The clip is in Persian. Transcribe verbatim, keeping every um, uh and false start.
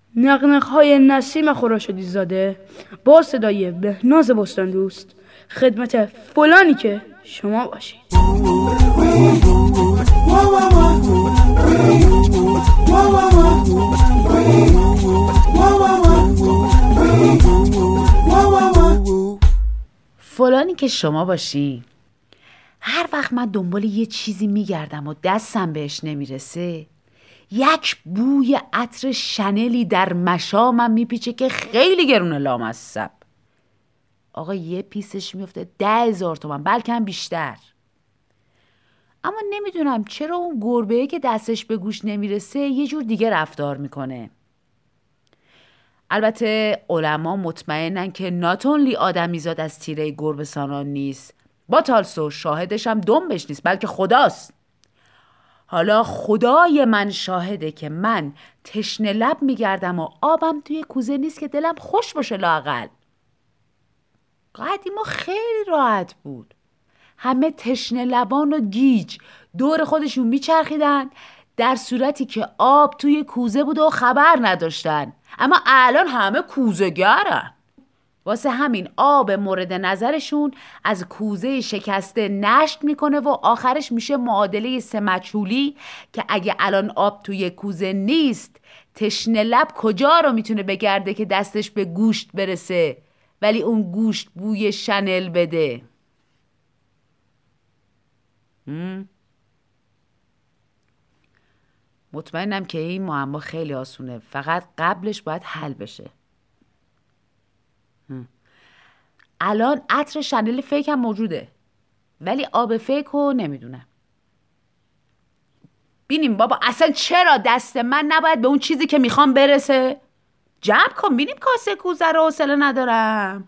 نقنق‌های نسیم خورشیدی زاده با صدای بهناز بستان دوست خدمت فلانی که شما باشید. فلانی که شما باشی. هر وقت من دنبال یه چیزی میگردم و دستم بهش نمیرسه، یک بوی عطر شنلی در مشامم میپیچه که خیلی گرونه لامصب. آقا یه پیسش میفته ده هزار تومن، بلکه هم بیشتر. اما نمیدونم چرا اون گربه‌ای که دستش به گوش نمیرسه یه جور دیگه رفتار میکنه. البته علما مطمئنن که not only آدمیزاد از تیره گربه سانان نیست، با تالسو شاهدش هم دنبش نیست، بلکه خداست. حالا خدای من شاهده که من تشنه لب میگردم و آبم توی کوزه نیست که دلم خوش باشه لااقل. قدیما خیلی راحت بود. همه تشنه لبان و گیج دور خودشون میچرخیدن در صورتی که آب توی کوزه بود و خبر نداشتن. اما الان همه کوزه گرن. واسه همین آب مورد نظرشون از کوزه شکسته نشت میکنه و آخرش میشه معادله سه مجهولی که اگه الان آب توی کوزه نیست، تشنه لب کجا رو میتونه بگرده که دستش به گوشت برسه ولی اون گوشت بوی شنل بده. هم؟ مطمئنم که این معما خیلی آسونه، فقط قبلش باید حل بشه. هم. الان عطر شنل فیک هم موجوده ولی آب فیک رو نمیدونم. بینیم بابا اصلا چرا دست من نباید به اون چیزی که میخوام برسه؟ جمع کن بینیم کاسه کوزه رو حوصله ندارم.